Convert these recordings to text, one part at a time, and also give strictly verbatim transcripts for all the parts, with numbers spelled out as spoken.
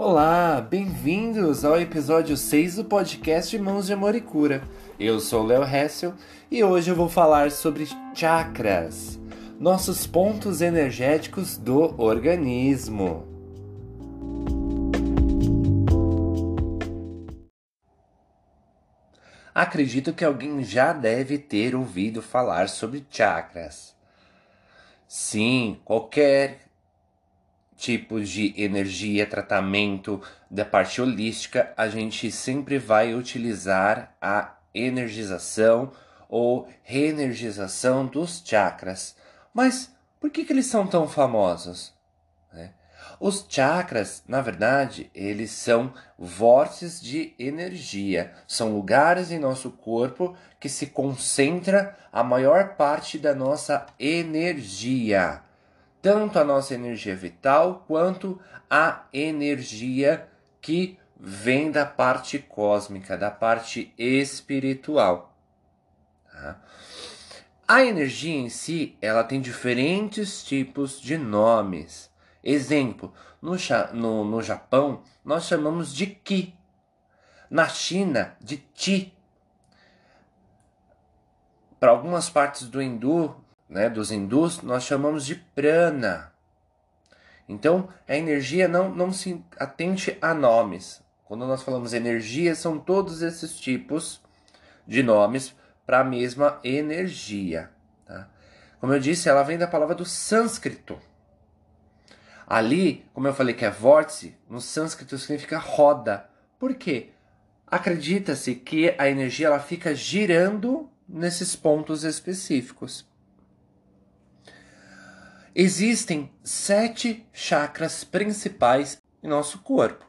Olá, bem-vindos ao episódio seis do podcast Mãos de Amor e Cura. Eu sou o Léo Hessel e hoje eu vou falar sobre chakras, nossos pontos energéticos do organismo. Acredito que alguém já deve ter ouvido falar sobre chakras. Sim, qualquer tipo de energia, tratamento da parte holística, a gente sempre vai utilizar a energização ou reenergização dos chakras. Mas por que que eles são tão famosos? Né? Os chakras, na verdade, eles são vórtices de energia. São lugares em nosso corpo que se concentra a maior parte da nossa energia. Tanto a nossa energia vital quanto a energia que vem da parte cósmica, da parte espiritual. Tá? A energia em si, ela tem diferentes tipos de nomes. Exemplo, no, no, no Japão, nós chamamos de Ki. Na China, de Chi. Para algumas partes do hindu, né, dos hindus, nós chamamos de prana. Então, a energia não, não se atente a nomes. Quando nós falamos energia, são todos esses tipos de nomes para a mesma energia. Tá? Como eu disse, ela vem da palavra do sânscrito. Ali, como eu falei que é vórtice, no sânscrito significa roda. Por quê? Acredita-se que a energia ela fica girando nesses pontos específicos. Existem sete chakras principais em nosso corpo.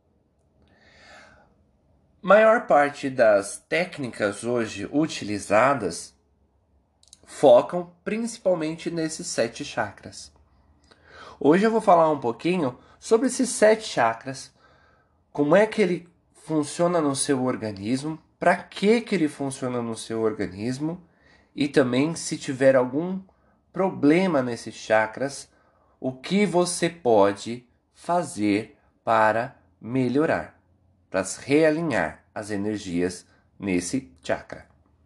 Maior parte das técnicas hoje utilizadas focam principalmente nesses sete chakras. Hoje eu vou falar um pouquinho sobre esses sete chakras, como é que ele funciona no seu organismo, para que que ele funciona no seu organismo e também se tiver algum problema nesses chakras, o que você pode fazer para melhorar, para realinhar as energias nesse chakra.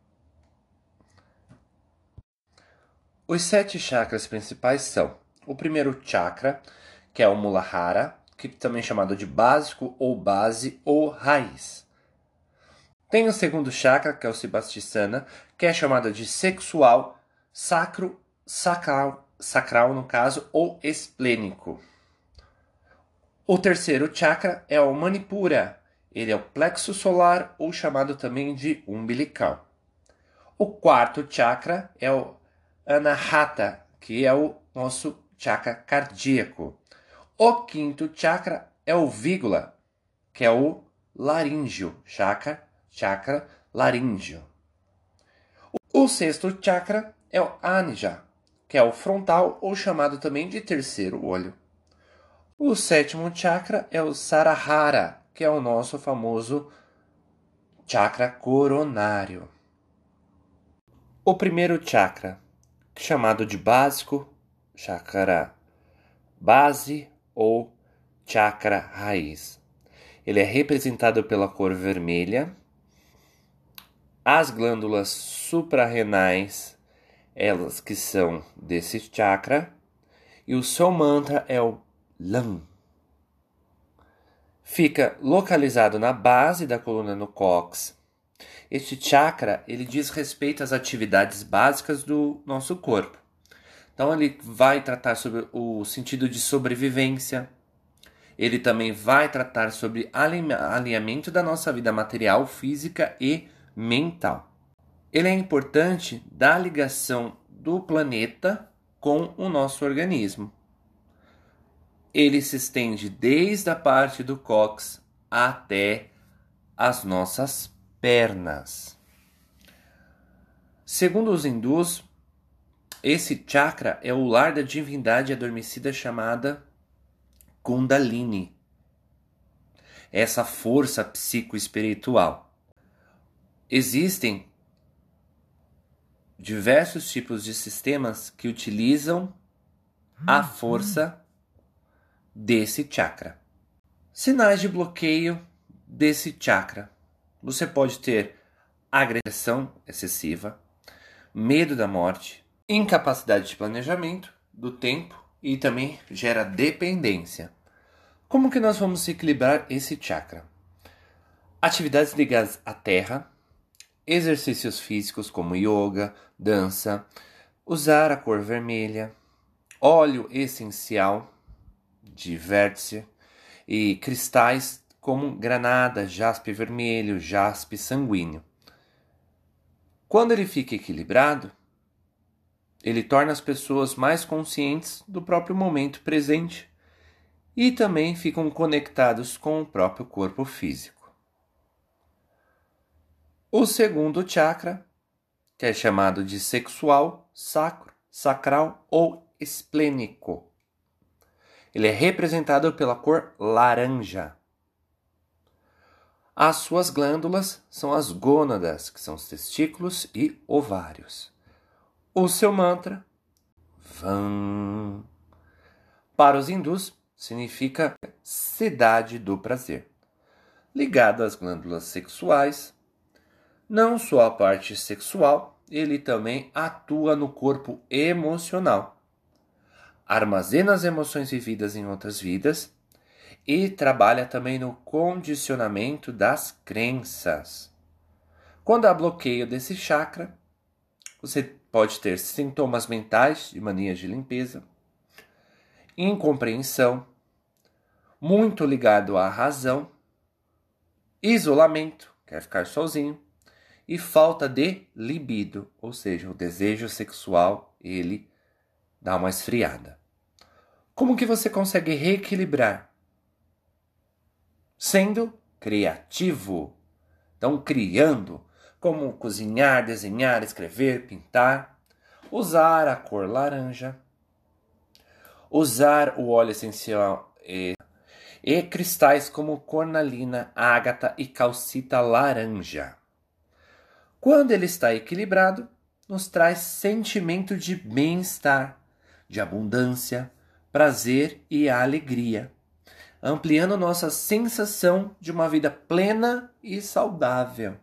Os sete chakras principais são o primeiro chakra, que é o Muladhara, que também é chamado de básico ou base ou raiz. Tem o segundo chakra, que é o Svadhisthana, que é chamado de sexual, sacro, sacral, sacral no caso, ou esplênico. O terceiro chakra é o Manipura. Ele é o plexo solar, ou chamado também de umbilical. O quarto chakra é o Anahata, que é o nosso chakra cardíaco. O quinto chakra é o Vigula, que é o laríngeo, chakra, chakra laríngeo. O sexto chakra é o Anija, que é o frontal, ou chamado também de terceiro olho. O sétimo chakra é o Sarahara, que é o nosso famoso chakra coronário. O primeiro chakra, chamado de básico, chakra base ou chakra raiz. Ele é representado pela cor vermelha. As glândulas suprarrenais, elas que são desse chakra, e o seu mantra é o Lam. Fica localizado na base da coluna no cóccix. Este chakra, ele diz respeito às atividades básicas do nosso corpo. Então ele vai tratar sobre o sentido de sobrevivência. Ele também vai tratar sobre alinhamento da nossa vida material, física e mental. Ele é importante da ligação do planeta com o nosso organismo. Ele se estende desde a parte do cóccix até as nossas pernas. Segundo os hindus, esse chakra é o lar da divindade adormecida chamada Kundalini. Essa força psicoespiritual. Existem diversos tipos de sistemas que utilizam a força desse chakra. Sinais de bloqueio desse chakra. Você pode ter agressão excessiva, medo da morte, incapacidade de planejamento do tempo e também gera dependência. Como que nós vamos equilibrar esse chakra? Atividades ligadas à terra, exercícios físicos como yoga, dança, usar a cor vermelha, óleo essencial de vértice e cristais como granada, jaspe vermelho, jaspe sanguíneo. Quando ele fica equilibrado, ele torna as pessoas mais conscientes do próprio momento presente e também ficam conectados com o próprio corpo físico. O segundo chakra, que é chamado de sexual, sacro, sacral ou esplênico. Ele é representado pela cor laranja. As suas glândulas são as gônadas, que são os testículos e ovários. O seu mantra, Vam, para os hindus, significa cidade do prazer. Ligado às glândulas sexuais, não só a parte sexual, ele também atua no corpo emocional. Armazena as emoções vividas em outras vidas e trabalha também no condicionamento das crenças. Quando há bloqueio desse chakra, você pode ter sintomas mentais de manias de limpeza, incompreensão, muito ligado à razão, isolamento, quer ficar sozinho, e falta de libido, ou seja, o desejo sexual, ele dá uma esfriada. Como que você consegue reequilibrar? Sendo criativo. Então, criando, como cozinhar, desenhar, escrever, pintar, usar a cor laranja, usar o óleo essencial e, e cristais como cornalina, ágata e calcita laranja. Quando ele está equilibrado, nos traz sentimento de bem-estar, de abundância, prazer e alegria, ampliando nossa sensação de uma vida plena e saudável.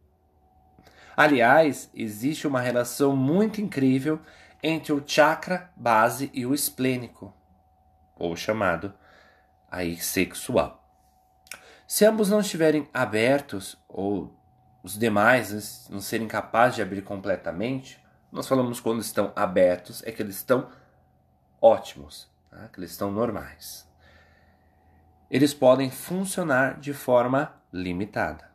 Aliás, existe uma relação muito incrível entre o chakra base e o esplênico, ou chamado aí sexual. Se ambos não estiverem abertos, ou os demais não serem capazes de abrir completamente, nós falamos quando estão abertos, é que eles estão ótimos, tá? Que eles estão normais. Eles podem funcionar de forma limitada.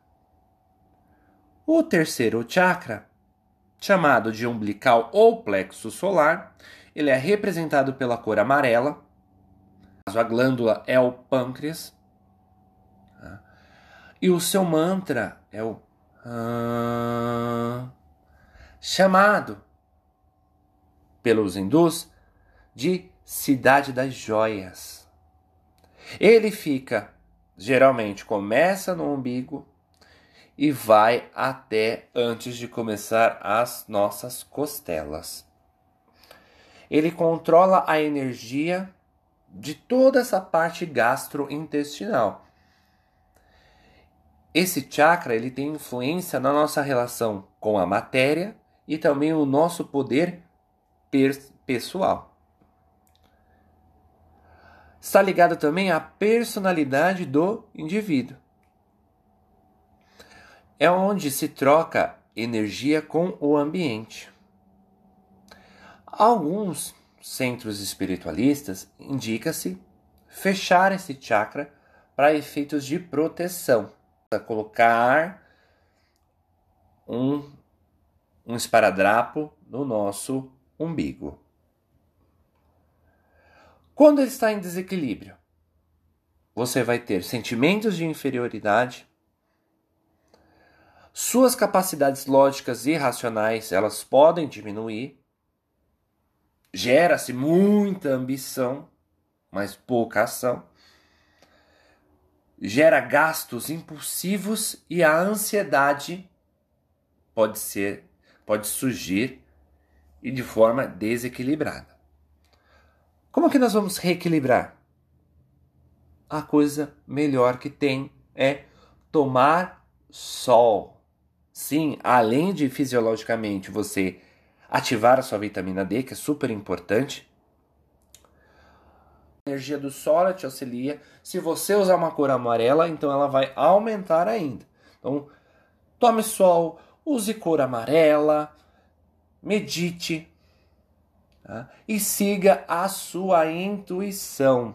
O terceiro chakra, chamado de umbilical ou plexo solar, ele é representado pela cor amarela. A glândula é o pâncreas. Tá? E o seu mantra é o ah, chamado pelos hindus de cidade das joias. Ele fica, geralmente começa no umbigo e vai até antes de começar as nossas costelas. Ele controla a energia de toda essa parte gastrointestinal. Esse chakra ele tem influência na nossa relação com a matéria e também o nosso poder pessoal. Está ligado também à personalidade do indivíduo. É onde se troca energia com o ambiente. Alguns centros espiritualistas indica-se fechar esse chakra para efeitos de proteção. Colocar um, um esparadrapo no nosso umbigo. Quando ele está em desequilíbrio, você vai ter sentimentos de inferioridade, suas capacidades lógicas e racionais elas podem diminuir, gera-se muita ambição, mas pouca ação, gera gastos impulsivos e a ansiedade pode ser, pode surgir e de forma desequilibrada. Como que nós vamos reequilibrar? a coisa melhor que tem é tomar sol. Sim, além de fisiologicamente você ativar a sua vitamina D, que é super importante, a energia do sol te auxilia. Se você usar uma cor amarela, então ela vai aumentar ainda. Então, tome sol, use cor amarela, medite, tá? E siga a sua intuição.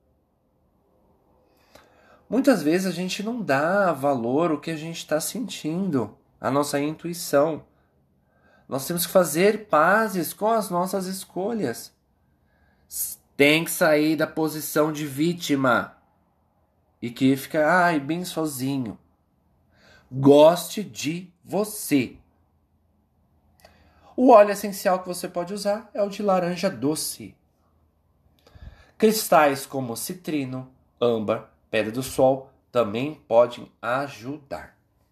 Muitas vezes a gente não dá valor ao que a gente está sentindo, a nossa intuição. Nós temos que fazer pazes com as nossas escolhas. Tem que sair da posição de vítima e que fica, ai, bem sozinho. Goste de você. O óleo essencial que você pode usar é o de laranja doce. Cristais como citrino, âmbar, pedra do sol também podem ajudar.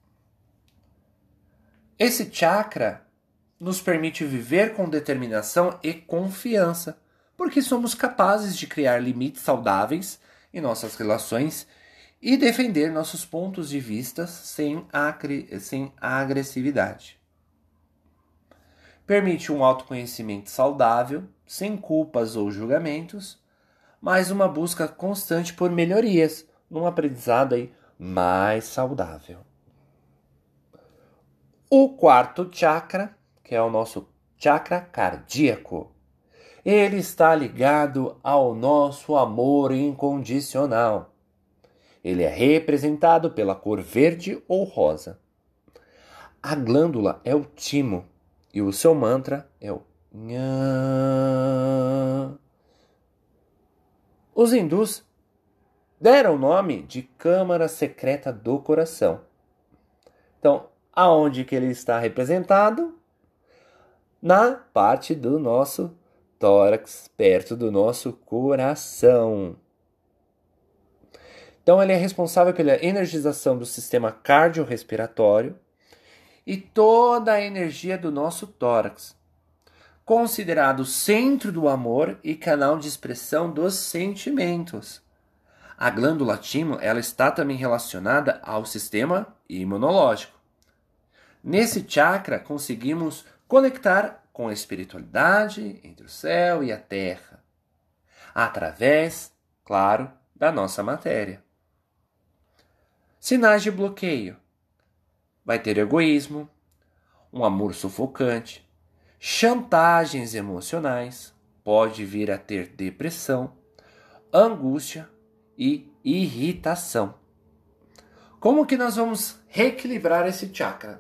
Esse chakra nos permite viver com determinação e confiança, porque somos capazes de criar limites saudáveis em nossas relações e defender nossos pontos de vista sem, sem agressividade. Permite um autoconhecimento saudável, sem culpas ou julgamentos, mas uma busca constante por melhorias, num aprendizado aí mais saudável. O quarto chakra, que é o nosso chakra cardíaco, ele está ligado ao nosso amor incondicional. Ele é representado pela cor verde ou rosa. A glândula é o timo e o seu mantra é o Nhã. Os hindus deram o nome de câmara secreta do coração. Então, aonde que ele está representado? Na parte do nosso tórax, perto do nosso coração. Então, ele é responsável pela energização do sistema cardiorrespiratório e toda a energia do nosso tórax, considerado centro do amor e canal de expressão dos sentimentos. A glândula timo, ela está também relacionada ao sistema imunológico. Nesse chakra, conseguimos conectar com a espiritualidade entre o céu e a terra, através, claro, da nossa matéria. Sinais de bloqueio. Vai ter egoísmo, um amor sufocante, chantagens emocionais, pode vir a ter depressão, angústia e irritação. Como que nós vamos reequilibrar esse chakra?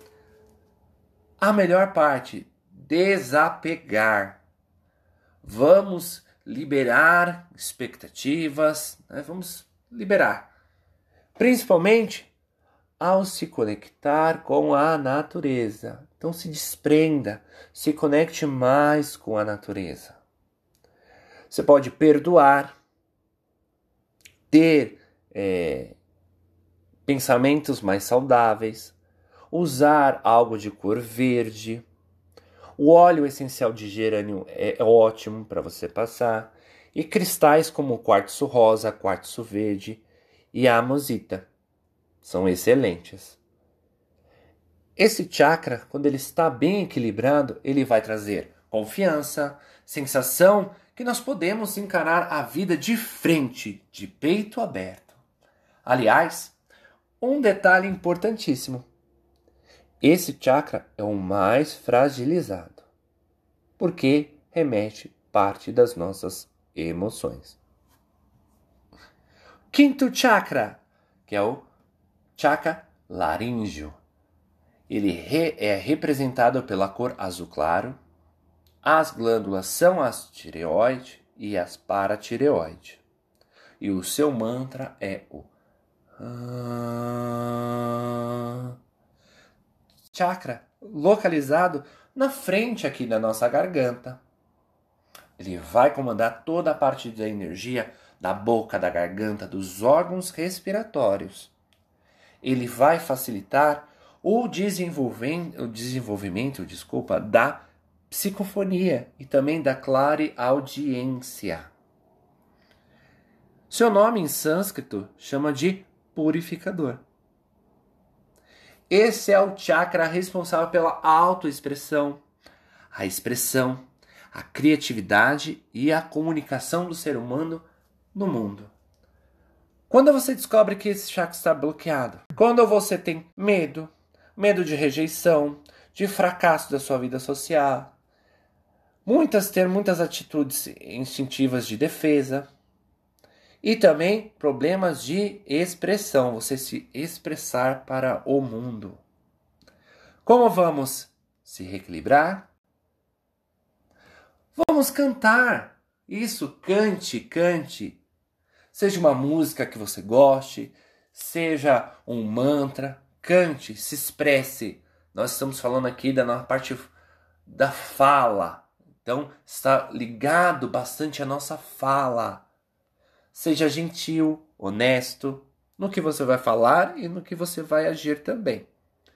A melhor parte, desapegar. Vamos liberar expectativas, né? Vamos liberar. Principalmente ao se conectar com a natureza. Então se desprenda, se conecte mais com a natureza. Você pode perdoar, ter é, pensamentos mais saudáveis, usar algo de cor verde. O óleo essencial de gerânio é ótimo para você passar. E cristais como o quartzo rosa, quartzo verde e a amosita são excelentes. Esse chakra, quando ele está bem equilibrado, ele vai trazer confiança, sensação que nós podemos encarar a vida de frente, de peito aberto. Aliás, um detalhe importantíssimo. Esse chakra é o mais fragilizado, porque remete parte das nossas emoções. Quinto chakra, que é o chakra laríngeo. Ele re- é representado pela cor azul claro. As glândulas são as tireoide e as paratireoide. E o seu mantra é o chakra localizado na frente aqui da nossa garganta. Ele vai comandar toda a parte da energia da boca, da garganta, dos órgãos respiratórios. Ele vai facilitar o desenvolvimento, o desenvolvimento desculpa, da psicofonia e também da clareaudiência. Seu nome em sânscrito chama de purificador. Esse é o chakra responsável pela autoexpressão, a expressão, a criatividade e a comunicação do ser humano no mundo. Quando você descobre que esse chakra está bloqueado, quando você tem medo, medo de rejeição, de fracasso da sua vida social, muitas ter muitas atitudes instintivas de defesa e também problemas de expressão, você se expressar para o mundo. Como vamos se reequilibrar? Vamos cantar. Isso, cante, cante. Seja uma música que você goste, seja um mantra, cante, se expresse. Nós estamos falando aqui da nossa parte da fala. Então, está ligado bastante à nossa fala. Seja gentil, honesto, no que você vai falar e no que você vai agir também.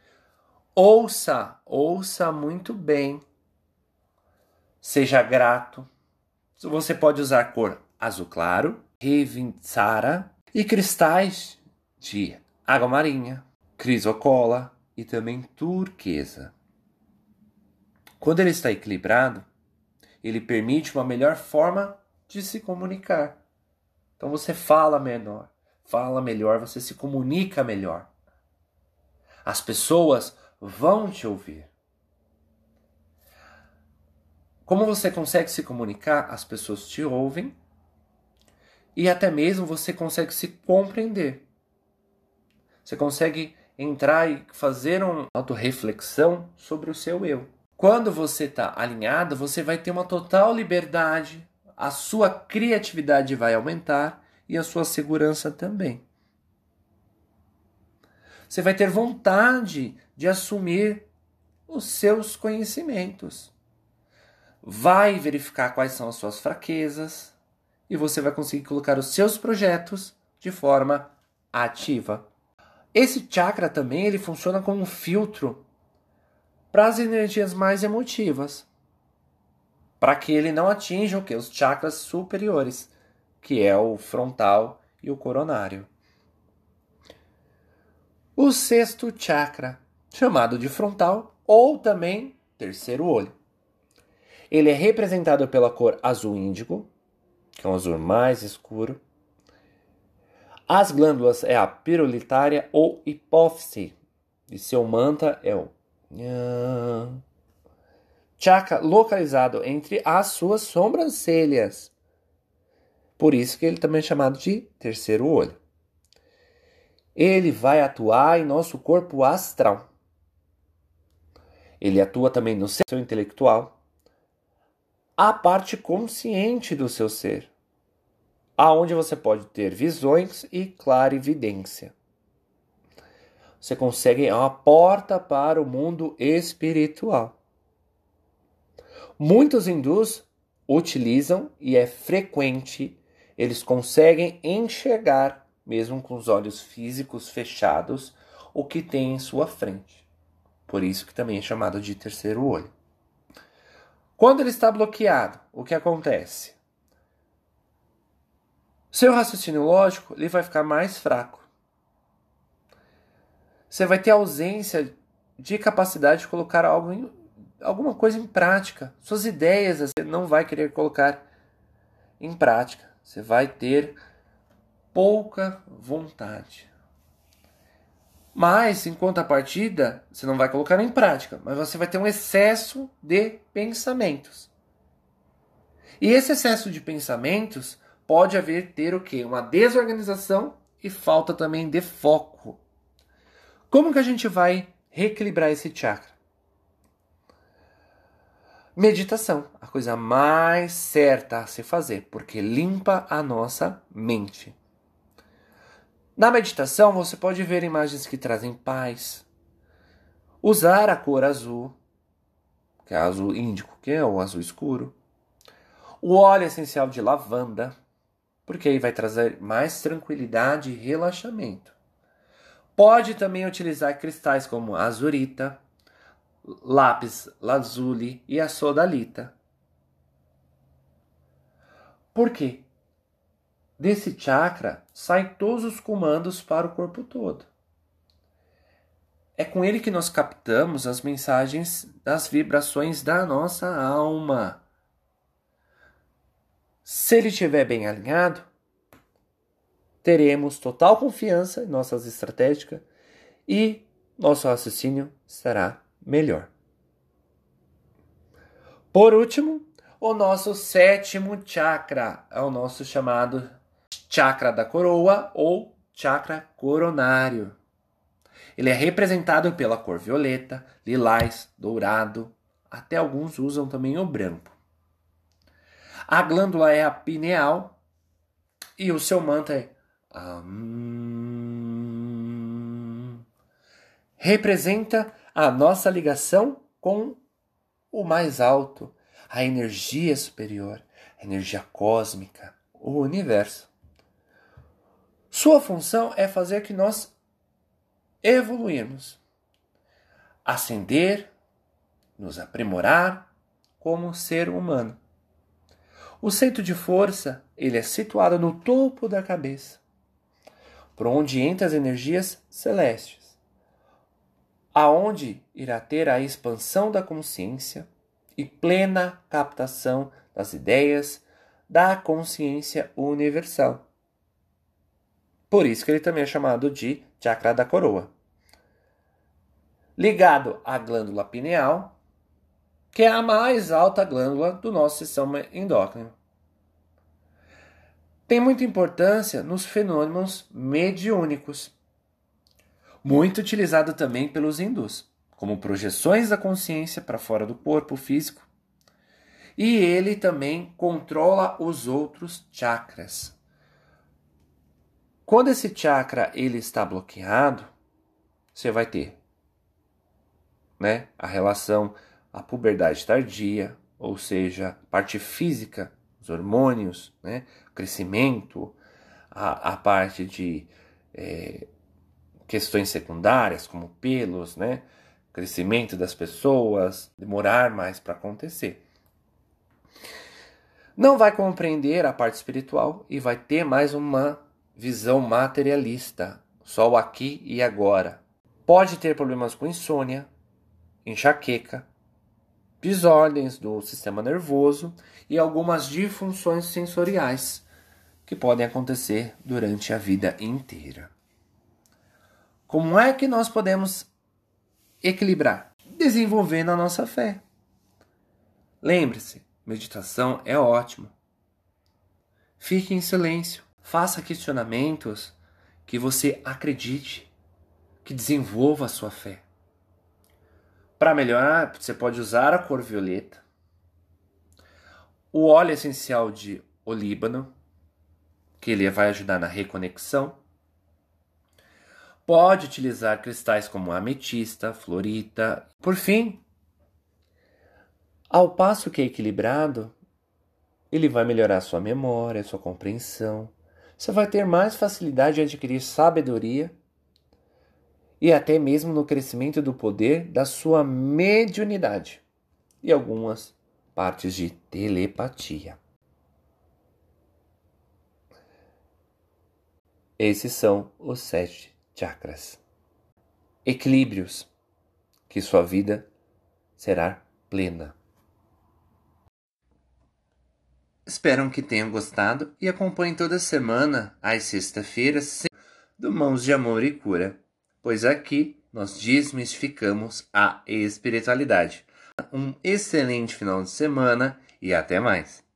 Ouça, ouça muito bem. Seja grato. Você pode usar cor azul claro, Revintsara e cristais de água marinha, crisocola e também turquesa. Quando ele está equilibrado, ele permite uma melhor forma de se comunicar. Então você fala melhor, fala melhor, você se comunica melhor. As pessoas vão te ouvir. Como você consegue se comunicar, as pessoas te ouvem e até mesmo você consegue se compreender. Você consegue entrar e fazer uma autorreflexão sobre o seu eu. Quando você está alinhado, você vai ter uma total liberdade, a sua criatividade vai aumentar e a sua segurança também. Você vai ter vontade de assumir os seus conhecimentos. Vai verificar quais são as suas fraquezas e você vai conseguir colocar os seus projetos de forma ativa. Esse chakra também ele funciona como um filtro para as energias mais emotivas, para que ele não atinja o que? Os chakras superiores, que é o frontal e o coronário. O sexto chakra, chamado de frontal ou também terceiro olho. Ele é representado pela cor azul índigo, que é um azul mais escuro. As glândulas é a pirulitária ou hipófise, e seu mantra é o chakra localizado entre as suas sobrancelhas. Por isso que ele também é chamado de terceiro olho. Ele vai atuar em nosso corpo astral. Ele atua também no seu intelectual, a parte consciente do seu ser, aonde você pode ter visões e clarividência. Você consegue é uma porta para o mundo espiritual. Muitos hindus utilizam e é frequente, eles conseguem enxergar, mesmo com os olhos físicos fechados, o que tem em sua frente. Por isso que também é chamado de terceiro olho. Quando ele está bloqueado, o que acontece? Seu raciocínio lógico ele vai ficar mais fraco. Você vai ter ausência de capacidade de colocar algo em, alguma coisa em prática. Suas ideias você não vai querer colocar em prática. Você vai ter pouca vontade. Mas, em contrapartida, você não vai colocar em prática, mas você vai ter um excesso de pensamentos. E esse excesso de pensamentos pode haver ter o quê? Uma desorganização e falta também de foco. Como que a gente vai reequilibrar esse chakra? Meditação, a coisa mais certa a se fazer, porque limpa a nossa mente. Na meditação, você pode ver imagens que trazem paz. Usar a cor azul, que é azul índico, que é o azul escuro. O óleo essencial de lavanda, porque aí vai trazer mais tranquilidade e relaxamento. Pode também utilizar cristais como azurita, lápis lazuli e a sodalita. Por quê? desse chakra saem todos os comandos para o corpo todo. É com ele que nós captamos as mensagens das vibrações da nossa alma. Se ele estiver bem alinhado, teremos total confiança em nossas estratégias e nosso raciocínio será melhor. Por último, o nosso sétimo chakra é o nosso chamado chakra da coroa ou chakra coronário. Ele é representado pela cor violeta, lilás, dourado, até alguns usam também o branco. A glândula é a pineal e o seu mantra é Am. Representa a nossa ligação com o mais alto, a energia superior, a energia cósmica, o universo. Sua função é fazer que nós evoluirmos, ascender, nos aprimorar como ser humano. O centro de força, ele é situado no topo da cabeça, por onde entram as energias celestes, aonde irá ter a expansão da consciência e plena captação das ideias da consciência universal. Por isso que ele também é chamado de chakra da coroa. Ligado à glândula pineal, que é a mais alta glândula do nosso sistema endócrino. Tem muita importância nos fenômenos mediúnicos, muito utilizado também pelos hindus, como projeções da consciência para fora do corpo físico. E ele também controla os outros chakras. Quando esse chakra ele está bloqueado, você vai ter, né, a relação à puberdade tardia, ou seja, parte física, os hormônios, né, o crescimento, a, a parte de é, questões secundárias, como pelos, né, crescimento das pessoas, demorar mais para acontecer. Não vai compreender a parte espiritual e vai ter mais uma visão materialista, só o aqui e agora. Pode ter problemas com insônia, enxaqueca, desordens do sistema nervoso e algumas disfunções sensoriais que podem acontecer durante a vida inteira. Como é que nós podemos equilibrar? Desenvolvendo a nossa fé. Lembre-se, meditação é ótimo. Fique em silêncio. Faça questionamentos que você acredite, que desenvolva a sua fé. Para melhorar, você pode usar a cor violeta, o óleo essencial de olíbano, que ele vai ajudar na reconexão. Pode utilizar cristais como ametista, florita. Por fim, ao passo que é equilibrado, ele vai melhorar a sua memória, a sua compreensão. Você vai ter mais facilidade de adquirir sabedoria e até mesmo no crescimento do poder da sua mediunidade e algumas partes de telepatia. Esses são os sete chakras. Equilíbrios, que sua vida será plena. Espero que tenham gostado e acompanhem toda semana, às sextas-feiras, do Mãos de Amor e Cura, pois aqui nós desmistificamos a espiritualidade. Um excelente final de semana e até mais!